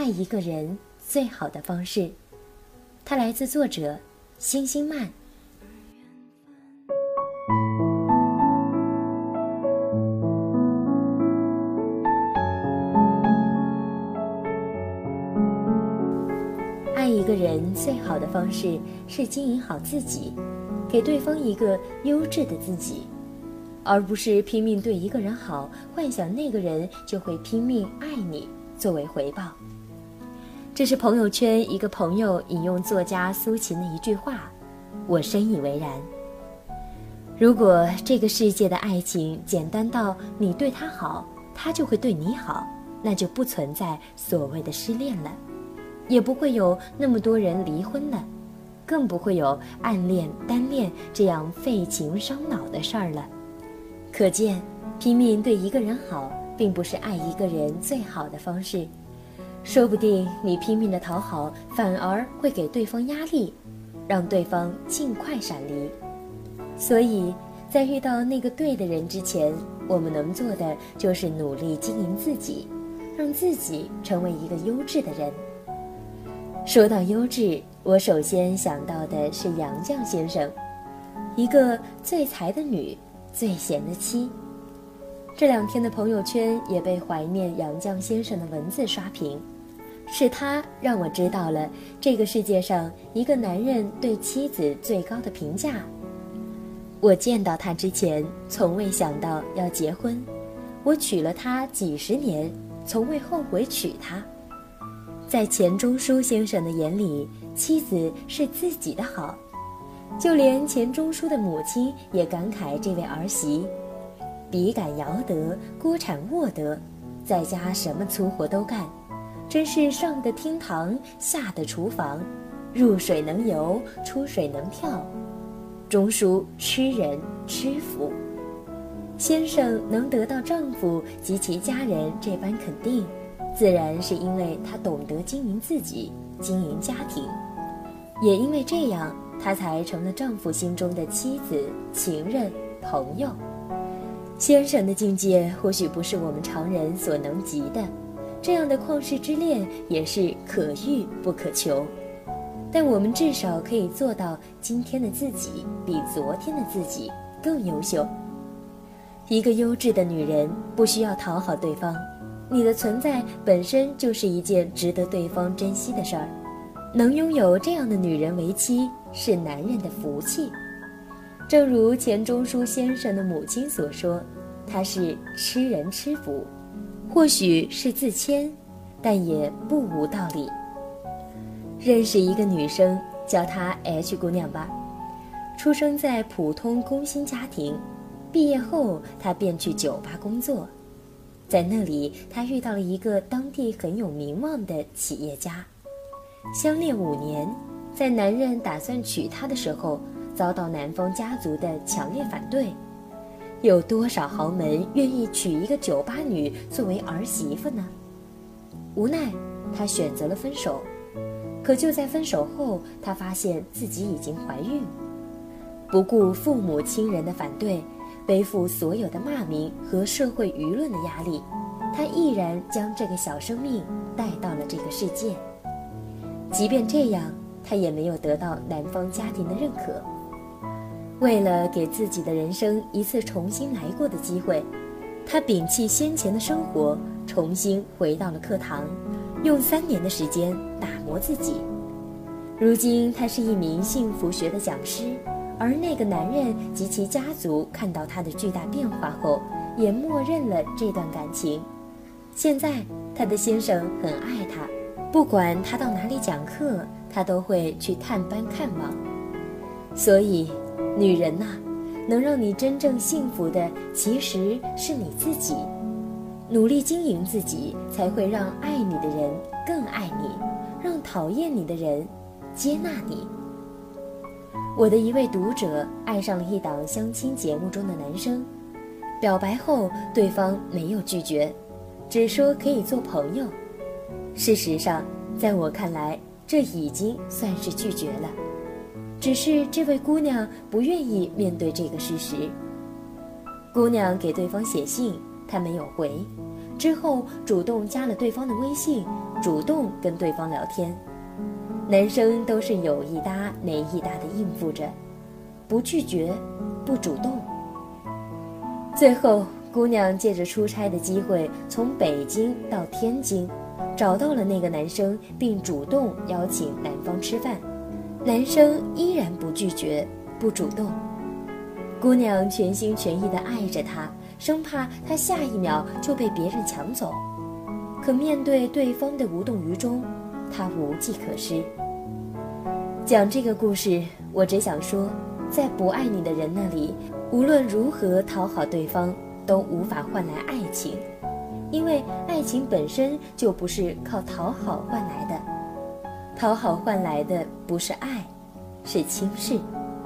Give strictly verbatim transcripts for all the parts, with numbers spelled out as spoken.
爱一个人最好的方式。它来自作者星星曼。爱一个人最好的方式是经营好自己，给对方一个优质的自己，而不是拼命对一个人好，幻想那个人就会拼命爱你作为回报。这是朋友圈一个朋友引用作家苏秦的一句话，我深以为然。如果这个世界的爱情简单到你对他好，他就会对你好，那就不存在所谓的失恋了，也不会有那么多人离婚了，更不会有暗恋、单恋这样费情伤脑的事儿了。可见，拼命对一个人好，并不是爱一个人最好的方式。说不定你拼命的讨好，反而会给对方压力，让对方尽快闪离。所以，在遇到那个对的人之前，我们能做的就是努力经营自己，让自己成为一个优质的人。说到优质，我首先想到的是杨绛先生，一个最才的女，最贤的妻。这两天的朋友圈也被怀念杨绛先生的文字刷屏，是他让我知道了这个世界上一个男人对妻子最高的评价。我见到他之前，从未想到要结婚，我娶了他几十年，从未后悔娶她。在钱钟书先生的眼里，妻子是自己的好，就连钱钟书的母亲也感慨这位儿媳笔杆摇得，锅铲握得，在家什么粗活都干，真是上得厅堂，下得厨房，入水能游，出水能跳。钟书吃人吃福，先生能得到丈夫及其家人这般肯定，自然是因为他懂得经营自己，经营家庭，也因为这样，他才成了丈夫心中的妻子、情人、朋友。先生的境界或许不是我们常人所能及的，这样的旷世之恋也是可遇不可求，但我们至少可以做到今天的自己比昨天的自己更优秀。一个优质的女人不需要讨好对方，你的存在本身就是一件值得对方珍惜的事儿。能拥有这样的女人为妻，是男人的福气。正如钱钟书先生的母亲所说，他是吃人吃福，或许是自谦，但也不无道理。认识一个女生，叫她 H 姑娘吧，出生在普通工薪家庭，毕业后她便去酒吧工作，在那里她遇到了一个当地很有名望的企业家，相恋五年，在男人打算娶她的时候，遭到男方家族的强烈反对。有多少豪门愿意娶一个酒吧女作为儿媳妇呢？无奈，她选择了分手。可就在分手后，她发现自己已经怀孕。不顾父母亲人的反对，背负所有的骂名和社会舆论的压力，她毅然将这个小生命带到了这个世界。即便这样，她也没有得到男方家庭的认可。为了给自己的人生一次重新来过的机会，她摒弃先前的生活，重新回到了课堂，用三年的时间打磨自己。如今她是一名幸福学的讲师，而那个男人及其家族看到她的巨大变化后，也默认了这段感情。现在她的先生很爱她，不管她到哪里讲课，他都会去探班看望。所以女人呐、啊，能让你真正幸福的其实是你自己。努力经营自己，才会让爱你的人更爱你，让讨厌你的人接纳你。我的一位读者爱上了一档相亲节目中的男生，表白后对方没有拒绝，只说可以做朋友。事实上，在我看来，这已经算是拒绝了。只是这位姑娘不愿意面对这个事实。姑娘给对方写信，他没有回，之后主动加了对方的微信， 主动跟对方聊天。男生都是有一搭没一搭的应付着，不拒绝，不主动。最后，姑娘借着出差的机会，从北京到天津，找到了那个男生，并主动邀请男方吃饭。男生依然不拒绝，不主动。姑娘全心全意地爱着他，生怕他下一秒就被别人抢走。可面对对方的无动于衷，她无计可施。讲这个故事，我只想说，在不爱你的人那里，无论如何讨好对方，都无法换来爱情，因为爱情本身就不是靠讨好换来的，讨好换来的不是爱，是轻视。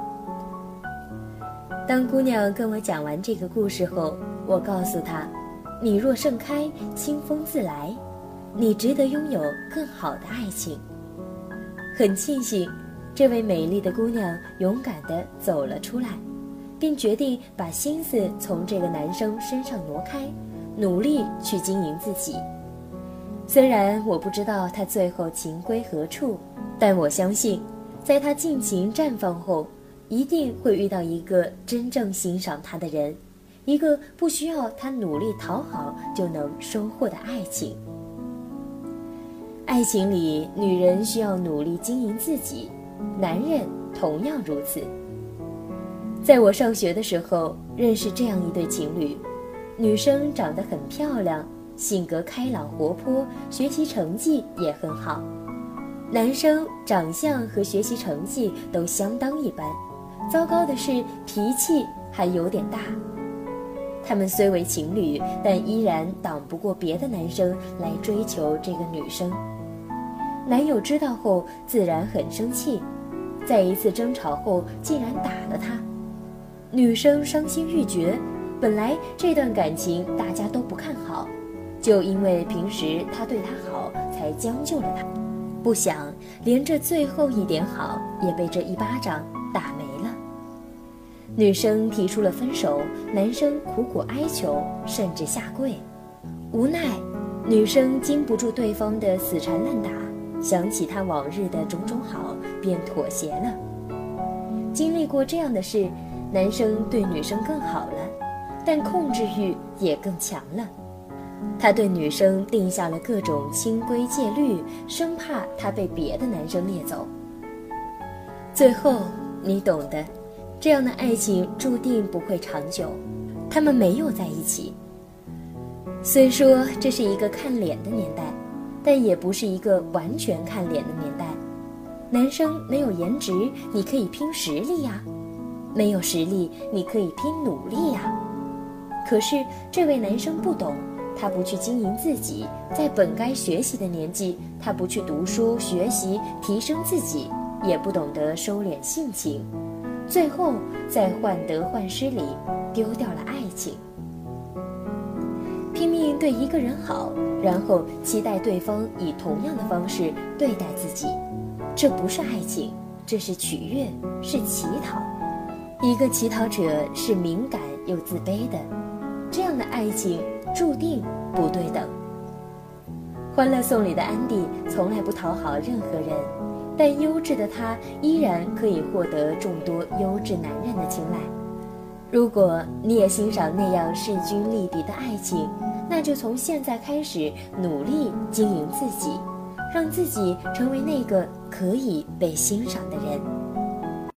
当姑娘跟我讲完这个故事后，我告诉她，你若盛开，清风自来，你值得拥有更好的爱情。很庆幸，这位美丽的姑娘勇敢地走了出来，并决定把心思从这个男生身上挪开，努力去经营自己。虽然我不知道她最后情归何处，但我相信，在她尽情绽放后，一定会遇到一个真正欣赏她的人，一个不需要她努力讨好就能收获的爱情。爱情里，女人需要努力经营自己，男人同样如此。在我上学的时候，认识这样一对情侣，女生长得很漂亮，性格开朗活泼，学习成绩也很好。男生长相和学习成绩都相当一般，糟糕的是脾气还有点大。他们虽为情侣，但依然挡不过别的男生来追求这个女生。男友知道后自然很生气，在一次争吵后竟然打了她。女生伤心欲绝，本来这段感情大家都不看好，就因为平时他对她好才将就了她，不想连这最后一点好也被这一巴掌打没了。女生提出了分手，男生苦苦哀求，甚至下跪。无奈，女生经不住对方的死缠烂打，想起他往日的种种好，便妥协了。经历过这样的事，男生对女生更好了，但控制欲也更强了。他对女生定下了各种清规戒律，生怕她被别的男生猎走。最后，你懂的，这样的爱情注定不会长久，他们没有在一起。虽说这是一个看脸的年代，但也不是一个完全看脸的年代。男生没有颜值，你可以拼实力呀；没有实力，你可以拼努力呀。可是这位男生不懂，他不去经营自己，在本该学习的年纪，他不去读书学习提升自己，也不懂得收敛性情，最后在患得患失里丢掉了爱情。拼命对一个人好，然后期待对方以同样的方式对待自己，这不是爱情，这是取悦，是乞讨。一个乞讨者是敏感又自卑的，这样的爱情注定不对等。欢乐颂里的安迪从来不讨好任何人，但优质的他依然可以获得众多优质男人的青睐。如果你也欣赏那样势均力敌的爱情，那就从现在开始努力经营自己，让自己成为那个可以被欣赏的人。